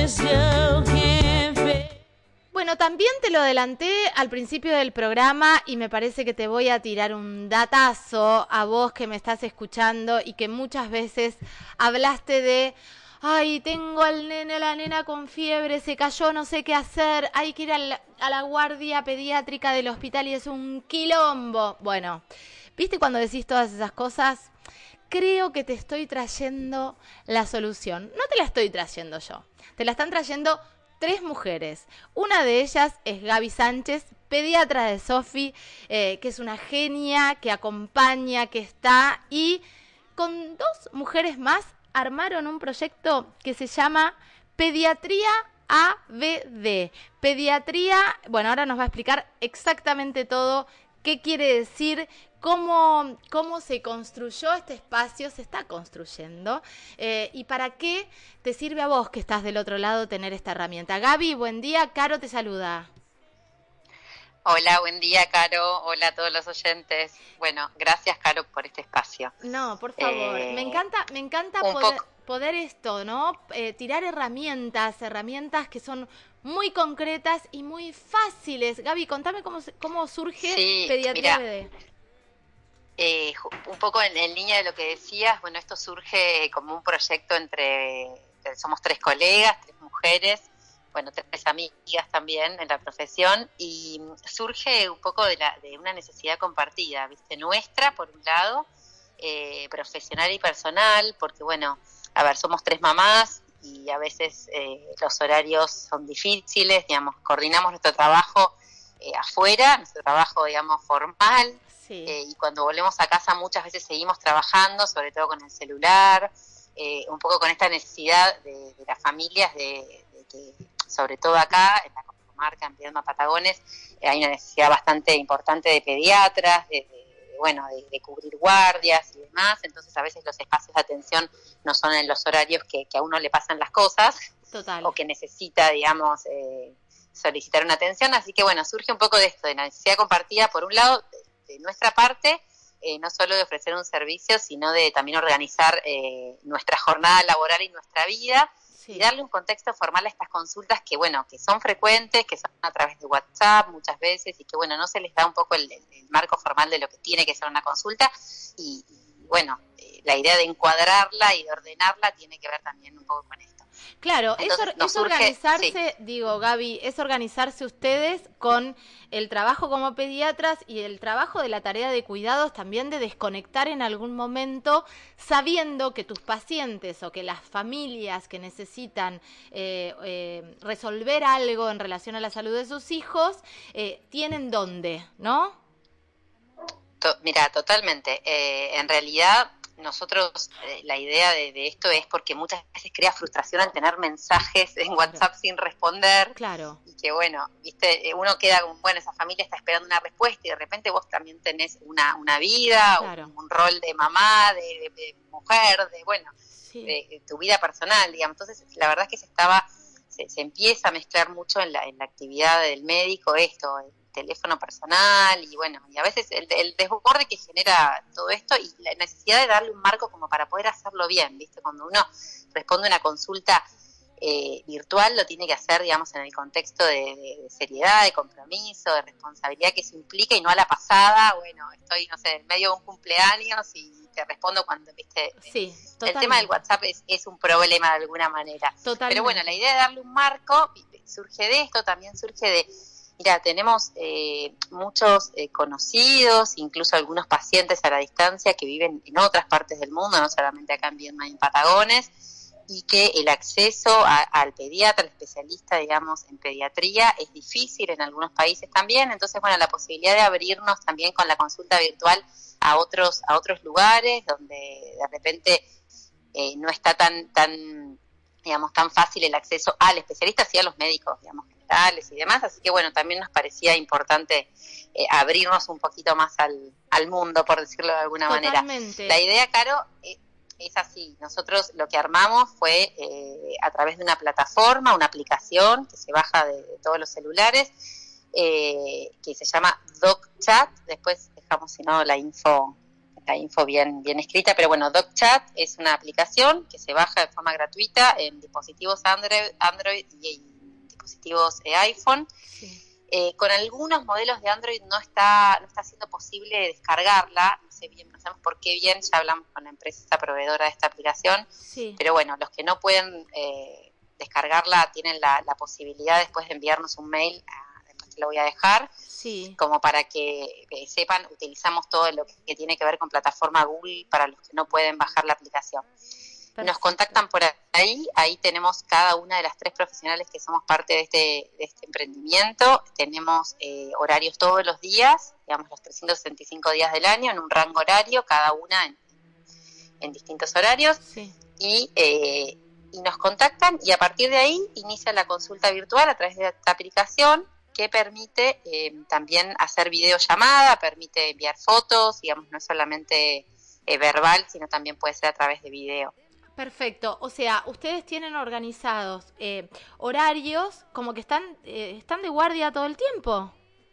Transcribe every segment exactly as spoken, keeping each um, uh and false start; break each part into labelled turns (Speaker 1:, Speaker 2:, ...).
Speaker 1: Bueno, también te lo adelanté al principio del programa y me parece que te voy a tirar un datazo a vos que me estás escuchando y que muchas veces hablaste de, ay, tengo al nene, a la nena con fiebre, se cayó, no sé qué hacer, hay que ir a la, a la guardia pediátrica del hospital y es un quilombo. Bueno, ¿viste cuando decís todas esas cosas? Creo que te estoy trayendo la solución. No te la estoy trayendo yo, te la están trayendo tres mujeres. Una de ellas es Gaby Sánchez, pediatra de Sofi, eh, que es una genia, que acompaña, que está, y con dos mujeres más armaron un proyecto que se llama Pediatría A B D. Pediatría, bueno, ahora nos va a explicar exactamente todo, qué quiere decir, cómo, cómo se construyó este espacio, se está construyendo, eh, y para qué te sirve a vos que estás del otro lado tener esta herramienta. Gaby, buen día, Caro te saluda.
Speaker 2: Hola, buen día, Caro. Hola a todos los oyentes. Bueno, gracias, Caro, por este espacio.
Speaker 1: No, por favor.
Speaker 2: Eh,
Speaker 1: me encanta, me encanta poder, poder esto, ¿no? Eh, tirar herramientas, herramientas que son muy concretas y muy fáciles. Gaby, contame cómo, cómo surge
Speaker 2: sí,
Speaker 1: Pediatría
Speaker 2: mira,
Speaker 1: B D.
Speaker 2: Eh, un poco en, en línea de lo que decías, bueno, esto surge como un proyecto entre, somos tres colegas, tres mujeres, bueno, tres amigas también en la profesión, y surge un poco de, la, de una necesidad compartida, ¿viste? Nuestra, por un lado, eh, profesional y personal, porque, bueno, a ver, somos tres mamás y a veces eh, los horarios son difíciles, digamos, coordinamos nuestro trabajo eh, afuera, nuestro trabajo, digamos, formal.
Speaker 1: Sí.
Speaker 2: Eh, y cuando volvemos a casa muchas veces seguimos trabajando, sobre todo con el celular, eh, un poco con esta necesidad de, de las familias, de, de que, sobre todo acá, en la comarca, en Viedma, Patagones, eh, hay una necesidad bastante importante de pediatras, de, de, bueno, de, de cubrir guardias y demás, entonces a veces los espacios de atención no son en los horarios que, que a uno le pasan las cosas.
Speaker 1: Total.
Speaker 2: O que necesita, digamos, eh, solicitar una atención, así que bueno, surge un poco de esto, de la necesidad compartida, por un lado, de nuestra parte, eh, no solo de ofrecer un servicio, sino de también organizar eh, nuestra jornada laboral y nuestra vida, sí. Y darle un contexto formal a estas consultas que, bueno, que son frecuentes, que son a través de WhatsApp muchas veces, y que, bueno, no se les da un poco el, el marco formal de lo que tiene que ser una consulta, y, y bueno, eh, la idea de encuadrarla y de ordenarla tiene que ver también un poco con esto.
Speaker 1: Claro, Entonces, es, or, es surge, organizarse, sí. digo, Gaby, es organizarse ustedes con el trabajo como pediatras y el trabajo de la tarea de cuidados también de desconectar en algún momento, sabiendo que tus pacientes o que las familias que necesitan eh, eh, resolver algo en relación a la salud de sus hijos, eh, tienen dónde, ¿no?
Speaker 2: To, mira, totalmente. Eh, en realidad... Nosotros, eh, la idea de, de esto es porque muchas veces crea frustración al tener mensajes en WhatsApp claro. sin responder.
Speaker 1: Claro.
Speaker 2: Y que bueno, viste, uno queda como, bueno, esa familia está esperando una respuesta y de repente vos también tenés una, una vida,
Speaker 1: claro.
Speaker 2: un, un rol de mamá, de, de, de mujer, de bueno,
Speaker 1: sí.
Speaker 2: de, de tu vida personal, digamos. Entonces, la verdad es que se estaba, se, se empieza a mezclar mucho en la, en la actividad del médico esto, el teléfono personal y bueno, y a veces el, el desborde que genera todo esto y la necesidad de darle un marco como para poder hacerlo bien, ¿viste? Cuando uno responde una consulta eh, virtual lo tiene que hacer, digamos, en el contexto de, de, de seriedad, de compromiso, de responsabilidad que eso implica y no a la pasada, bueno, estoy, no sé, en medio de un cumpleaños y te respondo cuando, ¿viste?
Speaker 1: Sí, totalmente.
Speaker 2: El tema del WhatsApp es, es un problema de alguna manera.
Speaker 1: Totalmente.
Speaker 2: Pero bueno, la idea de darle un marco surge de esto, también surge de Mira, tenemos eh, muchos eh, conocidos, incluso algunos pacientes a la distancia que viven en otras partes del mundo, no solamente acá en Viedma y en Patagones, y que el acceso a, al pediatra, al especialista, digamos, en pediatría es difícil en algunos países también. Entonces, bueno, la posibilidad de abrirnos también con la consulta virtual a otros a otros lugares donde de repente eh, no está tan tan digamos tan fácil el acceso al especialista, sí a los médicos, digamos, generales y demás, así que bueno, también nos parecía importante eh, abrirnos un poquito más al, al mundo, por decirlo de alguna
Speaker 1: Totalmente.
Speaker 2: manera. La idea, Caro, eh, es así, nosotros lo que armamos fue eh, a través de una plataforma, una aplicación que se baja de, de todos los celulares, eh, que se llama DocChat, después dejamos si no la info la info bien, bien escrita, pero bueno, DocChat es una aplicación que se baja de forma gratuita en dispositivos Android, Android y en dispositivos eh, iPhone.
Speaker 1: Sí.
Speaker 2: Eh, con algunos modelos de Android no está no está siendo posible descargarla, no sé bien, no sabemos por qué bien, ya hablamos con la empresa proveedora de esta aplicación,
Speaker 1: Sí.
Speaker 2: pero bueno, los que no pueden eh, descargarla tienen la, la posibilidad después de enviarnos un mail, a, después te lo voy a dejar,
Speaker 1: Sí.
Speaker 2: como para que eh, sepan, utilizamos todo lo que tiene que ver con plataforma Google para los que no pueden bajar la aplicación. Perfecto. Nos contactan por ahí, ahí tenemos cada una de las tres profesionales que somos parte de este, de este emprendimiento, tenemos eh, horarios todos los días, digamos los trescientos sesenta y cinco días del año, en un rango horario, cada una en, en distintos horarios,
Speaker 1: sí.
Speaker 2: y, eh, y nos contactan y a partir de ahí inicia la consulta virtual a través de esta aplicación que permite eh, también hacer videollamada, permite enviar fotos, digamos, no es solamente eh, verbal, sino también puede ser a través de video.
Speaker 1: Perfecto, o sea, ustedes tienen organizados eh, horarios como que están eh, están de guardia todo el tiempo.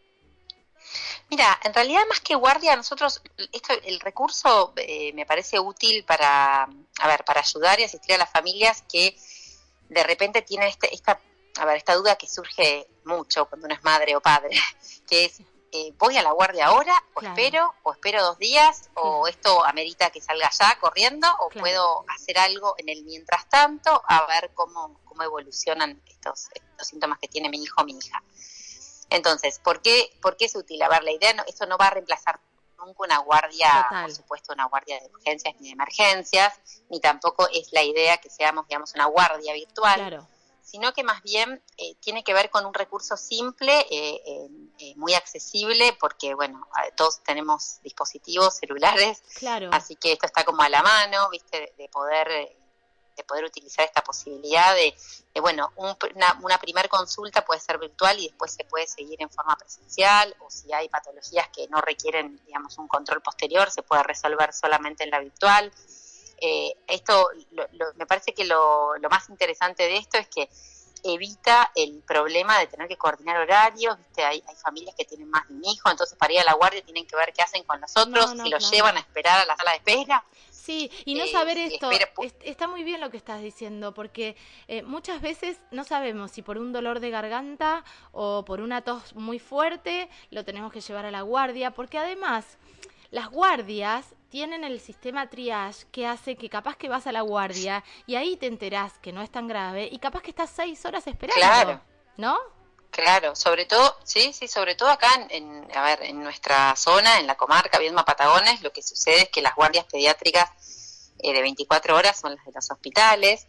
Speaker 2: Mira, en realidad más que guardia, nosotros esto, el recurso eh, me parece útil para, a ver, para ayudar y asistir a las familias que de repente tienen este, esta, a ver, esta duda que surge mucho cuando uno es madre o padre, que es Eh, voy a la guardia ahora, o claro. espero, o espero dos días, claro. o esto amerita que salga ya corriendo, o claro. puedo hacer algo en el mientras tanto, a ver cómo, cómo evolucionan estos, estos síntomas que tiene mi hijo o mi hija. Entonces, ¿por qué, por qué es útil? A ver, la idea, no, esto no va a reemplazar nunca una guardia, Total. por supuesto, una guardia de urgencias ni de emergencias, ni tampoco es la idea que seamos, digamos, una guardia virtual.
Speaker 1: Claro.
Speaker 2: Sino que más bien eh, tiene que ver con un recurso simple, eh, eh, eh, muy accesible, porque, bueno, todos tenemos dispositivos celulares,
Speaker 1: claro.
Speaker 2: así que esto está como a la mano, ¿viste? De, de poder de poder utilizar esta posibilidad de, de bueno, un, una, una primer consulta puede ser virtual y después se puede seguir en forma presencial, o si hay patologías que no requieren, digamos, un control posterior, se puede resolver solamente en la virtual. Eh, esto lo, lo, me parece que lo, lo más interesante de esto es que evita el problema de tener que coordinar horarios, ¿viste? Hay, hay familias que tienen más de un hijo, entonces para ir a la guardia tienen que ver qué hacen con los otros, no, no, si los claro. llevan a esperar a la sala de espera.
Speaker 1: Sí, y no eh, saber
Speaker 2: si
Speaker 1: esto,
Speaker 2: espera,
Speaker 1: es, está muy bien lo que estás diciendo, porque eh, muchas veces no sabemos si por un dolor de garganta o por una tos muy fuerte lo tenemos que llevar a la guardia, porque además las guardias tienen el sistema triage que hace que capaz que vas a la guardia y ahí te enterás que no es tan grave y capaz que estás seis horas esperando,
Speaker 2: claro.
Speaker 1: ¿no?
Speaker 2: Claro, sobre todo, sí, sí, sobre todo acá en, en, a ver, en nuestra zona, en la comarca Viedma Patagones, lo que sucede es que las guardias pediátricas eh, de veinticuatro horas son las de los hospitales,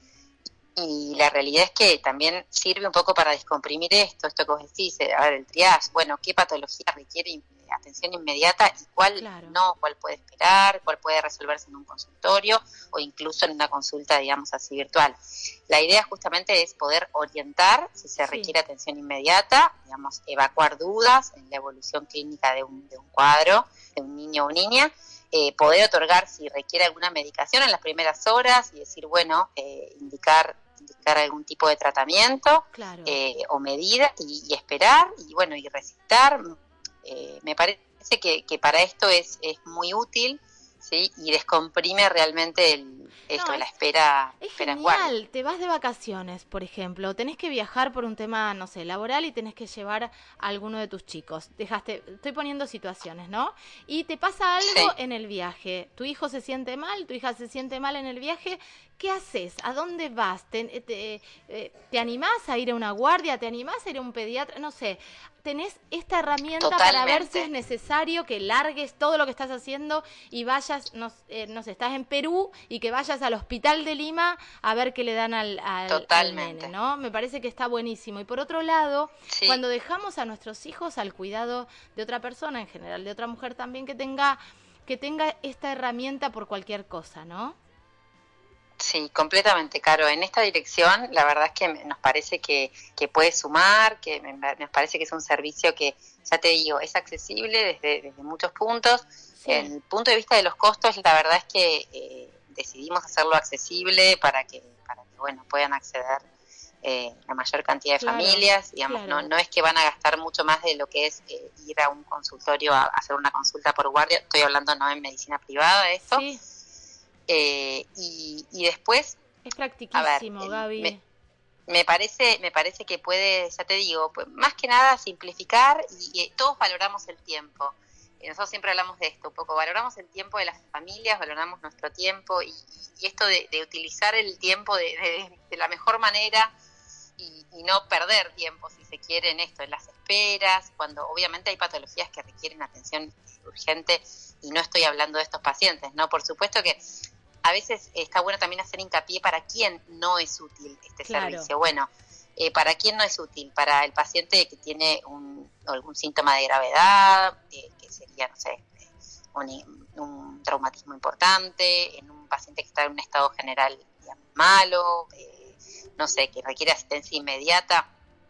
Speaker 2: y la realidad es que también sirve un poco para descomprimir esto, esto que vos decís, eh, a ver, el triage, bueno, qué patología requiere atención inmediata y cuál claro. no, cuál puede esperar, cuál puede resolverse en un consultorio o incluso en una consulta, digamos así, virtual. La idea justamente es poder orientar si se sí. requiere atención inmediata, digamos, evacuar dudas en la evolución clínica de un, de un cuadro, de un niño o niña, eh, poder otorgar si requiere alguna medicación en las primeras horas y decir, bueno, eh, indicar indicar algún tipo de tratamiento
Speaker 1: claro.
Speaker 2: eh, o medida y, y esperar y bueno, y recitar. Eh, me parece que, que para esto es, es muy útil, ¿sí? Y descomprime realmente el, esto,
Speaker 1: no,
Speaker 2: la espera,
Speaker 1: es
Speaker 2: espera
Speaker 1: genial, te vas de vacaciones, por ejemplo, tenés que viajar por un tema, no sé, laboral y tenés que llevar a alguno de tus chicos, dejaste, estoy poniendo situaciones, ¿no? Y te pasa algo
Speaker 2: sí.
Speaker 1: en el viaje, tu hijo se siente mal, tu hija se siente mal en el viaje, ¿qué haces? ¿A dónde vas? ¿Te, te, eh, ¿te animás a ir a una guardia? ¿Te animás a ir a un pediatra? No sé, tenés esta herramienta
Speaker 2: Totalmente.
Speaker 1: para ver si es necesario que largues todo lo que estás haciendo y vayas, no, eh, no sé, estás en Perú y que vayas al hospital de Lima a ver qué le dan al, al, al nene, ¿no? Me parece que está buenísimo. Y por otro lado,
Speaker 2: sí.
Speaker 1: cuando dejamos a nuestros hijos al cuidado de otra persona, en general de otra mujer también, que tenga, que tenga esta herramienta por cualquier cosa, ¿no?
Speaker 2: Sí, completamente, Caro. En esta dirección, la verdad es que nos parece que, que puede sumar, que me, nos parece que es un servicio que, ya te digo, es accesible desde, desde muchos puntos. Sí. En el punto de vista de los costos, la verdad es que eh, decidimos hacerlo accesible para que, para que bueno, puedan acceder eh, la mayor cantidad de
Speaker 1: claro,
Speaker 2: familias, digamos,
Speaker 1: claro.
Speaker 2: no, no es que van a gastar mucho más de lo que es eh, ir a un consultorio a, a hacer una consulta por guardia, estoy hablando no en medicina privada de esto,
Speaker 1: Sí.
Speaker 2: eh, y, y después,
Speaker 1: Es
Speaker 2: a ver,
Speaker 1: practiquísimo,
Speaker 2: eh,
Speaker 1: Gaby.
Speaker 2: me, me parece, me parece que puede, ya te digo, pues, más que nada simplificar y, y todos valoramos el tiempo. Y nosotros siempre hablamos de esto, un poco valoramos el tiempo de las familias, valoramos nuestro tiempo y, y esto de, de utilizar el tiempo de, de, de la mejor manera y, y no perder tiempo, si se quiere, en esto, en las esperas, cuando obviamente hay patologías que requieren atención urgente y no estoy hablando de estos pacientes, ¿no? Por supuesto que a veces está bueno también hacer hincapié para quién no es útil este
Speaker 1: Claro.
Speaker 2: servicio. Bueno, eh, ¿para quién no es útil? Para el paciente que tiene un, algún síntoma de gravedad, eh, que sería, no sé, un, un traumatismo importante, en un paciente que está en un estado general, digamos, malo, eh, no sé, que requiere asistencia inmediata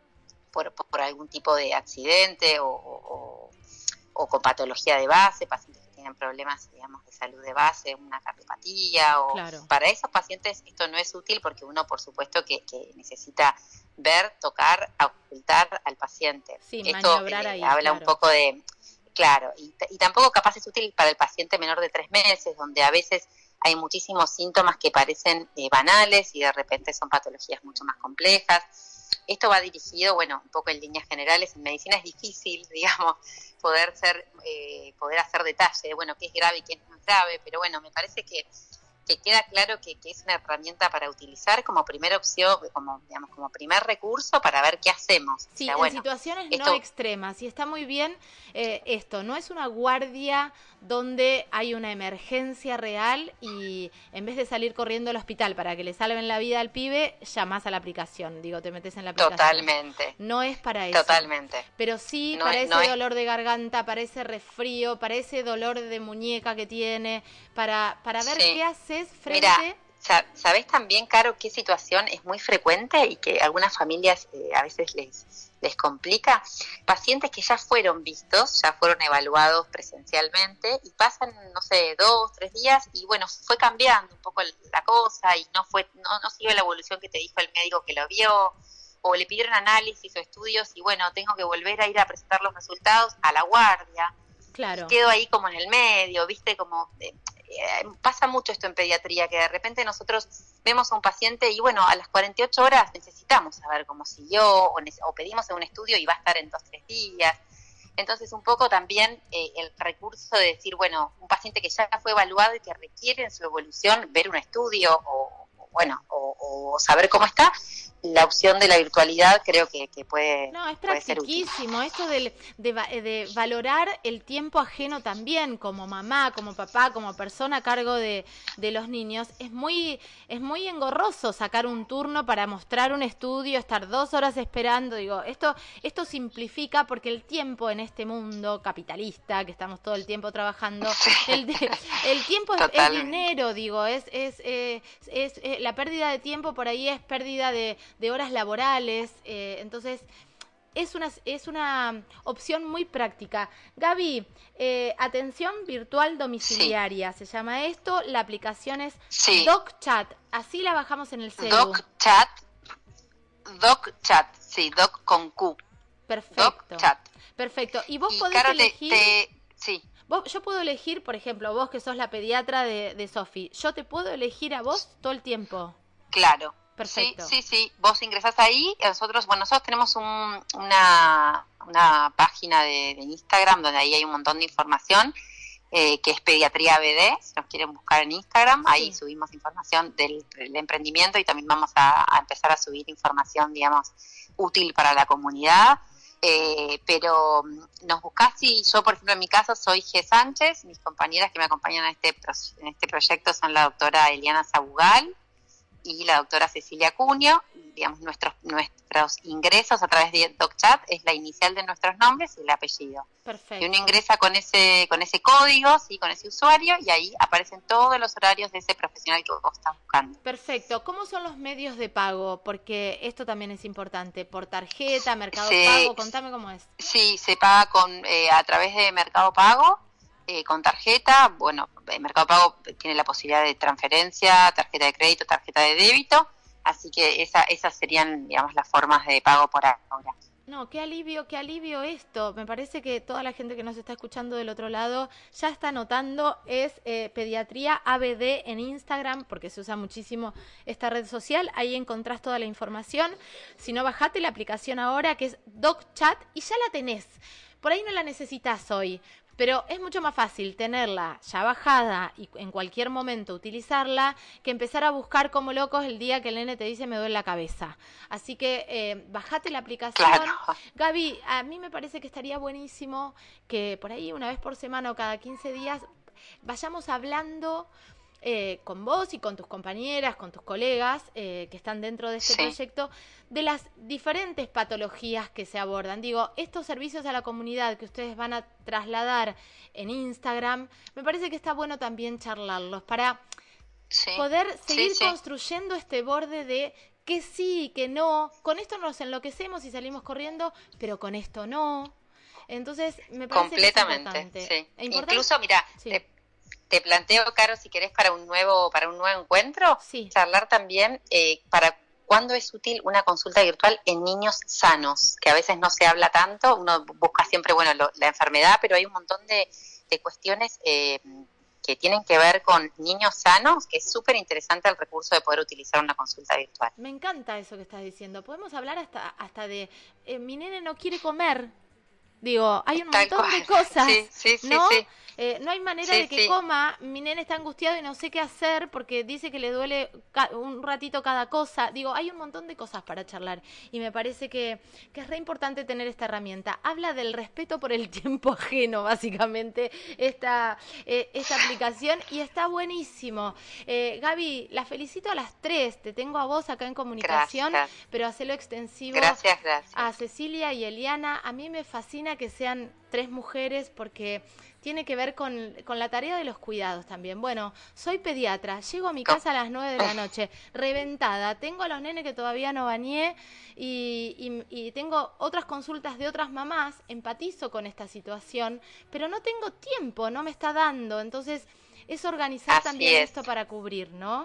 Speaker 2: por, por algún tipo de accidente o, o, o con patología de base, pacientes que tienen problemas, digamos, de salud de base, una cardiopatía, o
Speaker 1: Claro.
Speaker 2: para esos pacientes esto no es útil porque uno, por supuesto, que, que necesita ver, tocar, ocultar al paciente.
Speaker 1: Sí,
Speaker 2: Esto
Speaker 1: maniobrar
Speaker 2: eh,
Speaker 1: ahí,
Speaker 2: habla
Speaker 1: claro.
Speaker 2: un poco de, claro, y, y tampoco capaz es útil para el paciente menor de tres meses, donde a veces hay muchísimos síntomas que parecen eh, banales y de repente son patologías mucho más complejas. Esto va dirigido, bueno, un poco en líneas generales. En medicina es difícil, digamos, poder ser, eh, poder hacer detalle de, bueno, qué es grave y qué no es grave, pero bueno, me parece que, que queda claro que, que es una herramienta para utilizar como primera opción, como, digamos, como primer recurso para ver qué hacemos.
Speaker 1: Sí,
Speaker 2: o sea,
Speaker 1: en
Speaker 2: bueno,
Speaker 1: situaciones
Speaker 2: esto,
Speaker 1: no extremas. Y está muy bien eh, esto. No es una guardia donde hay una emergencia real y en vez de salir corriendo al hospital para que le salven la vida al pibe, llamás a la aplicación. Digo, te metes en la aplicación.
Speaker 2: Totalmente.
Speaker 1: No es para eso.
Speaker 2: Totalmente.
Speaker 1: Pero sí
Speaker 2: no
Speaker 1: para
Speaker 2: es,
Speaker 1: ese
Speaker 2: no
Speaker 1: dolor de garganta, para ese resfrío, para ese dolor de muñeca que tiene, para, para ver
Speaker 2: sí.
Speaker 1: qué haces frente...
Speaker 2: Mira, ¿sabés también, Caro, qué situación es muy frecuente y que a algunas familias eh, a veces les, les complica? Pacientes que ya fueron vistos, ya fueron evaluados presencialmente y pasan, no sé, dos, tres días y bueno, fue cambiando un poco la cosa y no fue, no, no siguió la evolución que te dijo el médico que lo vio, o le pidieron análisis o estudios y bueno, tengo que volver a ir a presentar los resultados a la guardia.
Speaker 1: Claro.
Speaker 2: Y quedo ahí como en el medio, ¿viste? Como eh, eh, pasa mucho esto en pediatría, que de repente nosotros vemos a un paciente y bueno, a las cuarenta y ocho horas necesitamos saber cómo siguió o, o pedimos un estudio y va a estar en dos, tres días. Entonces un poco también eh, el recurso de decir, bueno, un paciente que ya fue evaluado y que requiere en su evolución ver un estudio o, o bueno, o, o saber cómo está, la opción de la virtualidad creo que, que puede,
Speaker 1: No, es
Speaker 2: puede ser útil.
Speaker 1: practiquísimo esto de, de, de valorar el tiempo ajeno también como mamá, como papá, como persona a cargo de, de los niños. Es muy, es muy engorroso sacar un turno para mostrar un estudio, estar dos horas esperando. Digo, esto, esto simplifica porque el tiempo en este mundo capitalista, que estamos todo el tiempo trabajando, el, de, el tiempo es, es dinero, digo, es, es, es, es, es la pérdida de tiempo por ahí es pérdida de de horas laborales, eh, entonces es una, es una opción muy práctica. Gaby, eh, atención virtual domiciliaria, sí. Se llama esto, la aplicación es sí. DocChat, así la bajamos en el celu.
Speaker 2: DocChat, DocChat, sí, Doc con Q.
Speaker 1: Perfecto.
Speaker 2: DocChat.
Speaker 1: Perfecto, y vos
Speaker 2: y
Speaker 1: podés
Speaker 2: Caro,
Speaker 1: elegir...
Speaker 2: Te, te, sí.
Speaker 1: Vos, yo puedo elegir, por ejemplo, vos que sos la pediatra de, de Sofi, yo te puedo elegir a vos todo el tiempo.
Speaker 2: Claro.
Speaker 1: Perfecto.
Speaker 2: Sí, sí, sí. Vos ingresás ahí. Nosotros, bueno, nosotros tenemos un, una, una página de, de Instagram donde ahí hay un montón de información eh, que es Pediatría B D. Si nos quieren buscar en Instagram, ahí sí. subimos información del, del emprendimiento y también vamos a, a empezar a subir información, digamos, útil para la comunidad. Eh, pero nos buscás y yo, por ejemplo, en mi caso soy G. Sánchez. Mis compañeras que me acompañan en este, en este proyecto son la doctora Eliana Zabugal y la doctora Cecilia Cunio. Digamos, nuestros nuestros ingresos a través de DocChat es la inicial de nuestros nombres y el apellido.
Speaker 1: Perfecto.
Speaker 2: Y uno ingresa con ese con ese código, sí, con ese usuario, y ahí aparecen todos los horarios de ese profesional que vos estás buscando.
Speaker 1: Perfecto. ¿Cómo son los medios de pago? Porque esto también es importante. ¿Por tarjeta, Mercado
Speaker 2: se,
Speaker 1: Pago? Contame cómo es.
Speaker 2: Sí, se paga con eh, a través de Mercado Pago, eh, con tarjeta. Bueno, Mercado Pago tiene la posibilidad de transferencia, tarjeta de crédito, tarjeta de débito. Así que esa, esas serían, digamos, las formas de pago por ahora.
Speaker 1: No, qué alivio, qué alivio esto. Me parece que toda la gente que nos está escuchando del otro lado ya está anotando. Es eh, Pediatría A B D en Instagram, porque se usa muchísimo esta red social. Ahí encontrás toda la información. Si no, bajate la aplicación ahora, que es DocChat, y ya la tenés. Por ahí no la necesitas hoy, pero es mucho más fácil tenerla ya bajada y en cualquier momento utilizarla que empezar a buscar como locos el día que el nene te dice me duele la cabeza. Así que eh, bajate la aplicación.
Speaker 2: Claro.
Speaker 1: Gaby, a mí me parece que estaría buenísimo que por ahí una vez por semana o cada quince días vayamos hablando eh, con vos y con tus compañeras, con tus colegas eh, que están dentro de este
Speaker 2: Sí.
Speaker 1: proyecto, de las diferentes patologías que se abordan. Digo, estos servicios a la comunidad que ustedes van a trasladar en Instagram, me parece que está bueno también charlarlos para
Speaker 2: Sí.
Speaker 1: poder seguir
Speaker 2: Sí, sí.
Speaker 1: construyendo este borde de que sí, que no. Con esto nos enloquecemos y salimos corriendo, pero con esto no. Entonces, me parece
Speaker 2: Completamente,
Speaker 1: que es importante.
Speaker 2: sí.
Speaker 1: ¿Es importante?
Speaker 2: Incluso, mira,
Speaker 1: Sí.
Speaker 2: te, te planteo, Caro, si querés para un nuevo, para un nuevo encuentro,
Speaker 1: Sí.
Speaker 2: charlar también eh, para cuándo es útil una consulta virtual en niños sanos, que a veces no se habla tanto, uno busca siempre, bueno, lo, la enfermedad, pero hay un montón de, de cuestiones eh, que tienen que ver con niños sanos, que es súper interesante el recurso de poder utilizar una consulta virtual.
Speaker 1: Me encanta eso que estás diciendo. Podemos hablar hasta, hasta de eh, mi nene no quiere comer. Digo, hay un
Speaker 2: Tal
Speaker 1: montón
Speaker 2: cual.
Speaker 1: de cosas,
Speaker 2: Sí, sí, sí,
Speaker 1: ¿no?
Speaker 2: sí.
Speaker 1: Eh, no hay manera
Speaker 2: Sí,
Speaker 1: de que
Speaker 2: sí.
Speaker 1: coma, mi nene está angustiado y no sé qué hacer porque dice que le duele ca- un ratito cada cosa. Digo, hay un montón de cosas para charlar y me parece que, que es re importante tener esta herramienta. Habla del respeto por el tiempo ajeno, básicamente, esta, eh, esta aplicación, y está buenísimo. Eh, Gaby, la felicito a las tres, te tengo a vos acá en comunicación,
Speaker 2: Gracias.
Speaker 1: pero hacelo extensivo
Speaker 2: Gracias, gracias.
Speaker 1: a Cecilia y Eliana. A mí me fascina que sean tres mujeres porque tiene que ver con, con la tarea de los cuidados también. Bueno, soy pediatra, llego a mi casa a las nueve de la noche, reventada, tengo a los nenes que todavía no bañé y, y, y tengo otras consultas de otras mamás, empatizo con esta situación, pero no tengo tiempo, no me está dando. Entonces, es organizar
Speaker 2: Así
Speaker 1: también
Speaker 2: es.
Speaker 1: esto para cubrir, ¿no?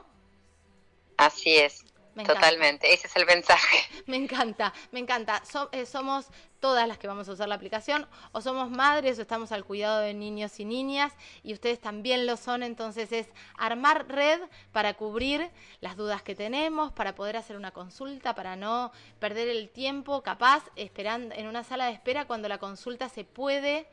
Speaker 2: Así es.
Speaker 1: Me encanta.
Speaker 2: Totalmente, ese es el mensaje.
Speaker 1: Me encanta, me encanta. So- eh, somos todas las que vamos a usar la aplicación, o somos madres o estamos al cuidado de niños y niñas, y ustedes también lo son. Entonces es armar red para cubrir las dudas que tenemos, para poder hacer una consulta, para no perder el tiempo capaz esperando en una sala de espera cuando la consulta se puede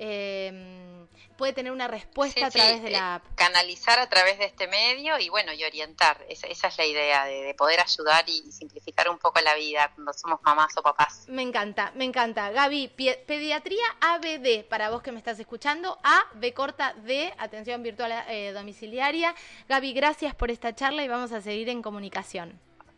Speaker 1: eh, puede tener una respuesta
Speaker 2: Sí,
Speaker 1: a través
Speaker 2: sí,
Speaker 1: de
Speaker 2: eh,
Speaker 1: la app.
Speaker 2: canalizar a través de este medio y bueno, y orientar. Esa, esa es la idea, de, de poder ayudar y, y simplificar un poco la vida cuando somos mamás o papás.
Speaker 1: Me encanta, me encanta. Gaby, pie- Pediatría A B D, para vos que me estás escuchando, A, B corta D, atención virtual eh, domiciliaria. Gaby, gracias por esta charla y vamos a seguir en comunicación.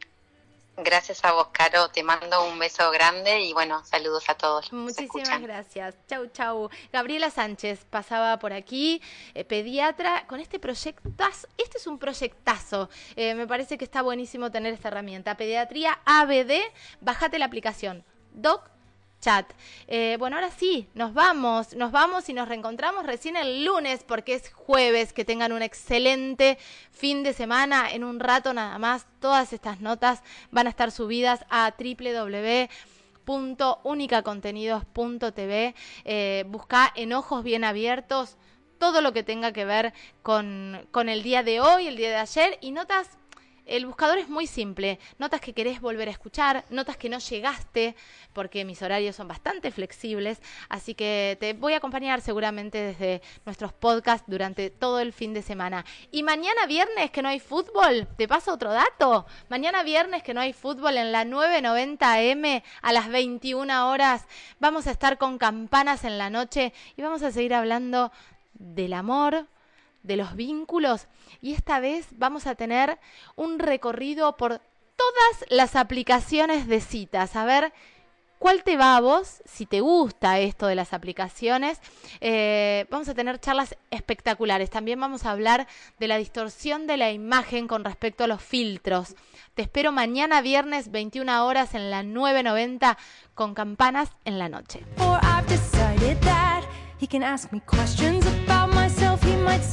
Speaker 2: Gracias a vos, Caro, te mando un beso grande y bueno, saludos a todos los que nos
Speaker 1: Muchísimas
Speaker 2: escuchan.
Speaker 1: gracias. Chau, chau. Gabriela Sánchez pasaba por aquí, eh, pediatra, con este proyectazo. Este es un proyectazo. Eh, me parece que está buenísimo tener esta herramienta. Pediatría A B D, bájate la aplicación. Doc Chat. Eh, bueno, ahora sí, nos vamos, nos vamos y nos reencontramos recién el lunes porque es jueves. Que tengan un excelente fin de semana. En un rato nada más, todas estas notas van a estar subidas a doble u doble u doble u punto única contenidos punto t v. Eh, busca en ojos bien abiertos todo lo que tenga que ver con, con el día de hoy, el día de ayer, y notas. El buscador es muy simple, notas que querés volver a escuchar, notas que no llegaste, porque mis horarios son bastante flexibles, así que te voy a acompañar seguramente desde nuestros podcasts durante todo el fin de semana. Y mañana viernes que no hay fútbol, te paso otro dato, mañana viernes que no hay fútbol en la nueve noventa A M a las veintiuna horas, vamos a estar con Campanas en la noche y vamos a seguir hablando del amor, de los vínculos, y esta vez vamos a tener un recorrido por todas las aplicaciones de citas, a ver cuál te va a vos, si te gusta esto de las aplicaciones. Eh, vamos a tener charlas espectaculares, también vamos a hablar de la distorsión de la imagen con respecto a los filtros. Te espero mañana viernes veintiuna horas en la nueve noventa con Campanas en la noche.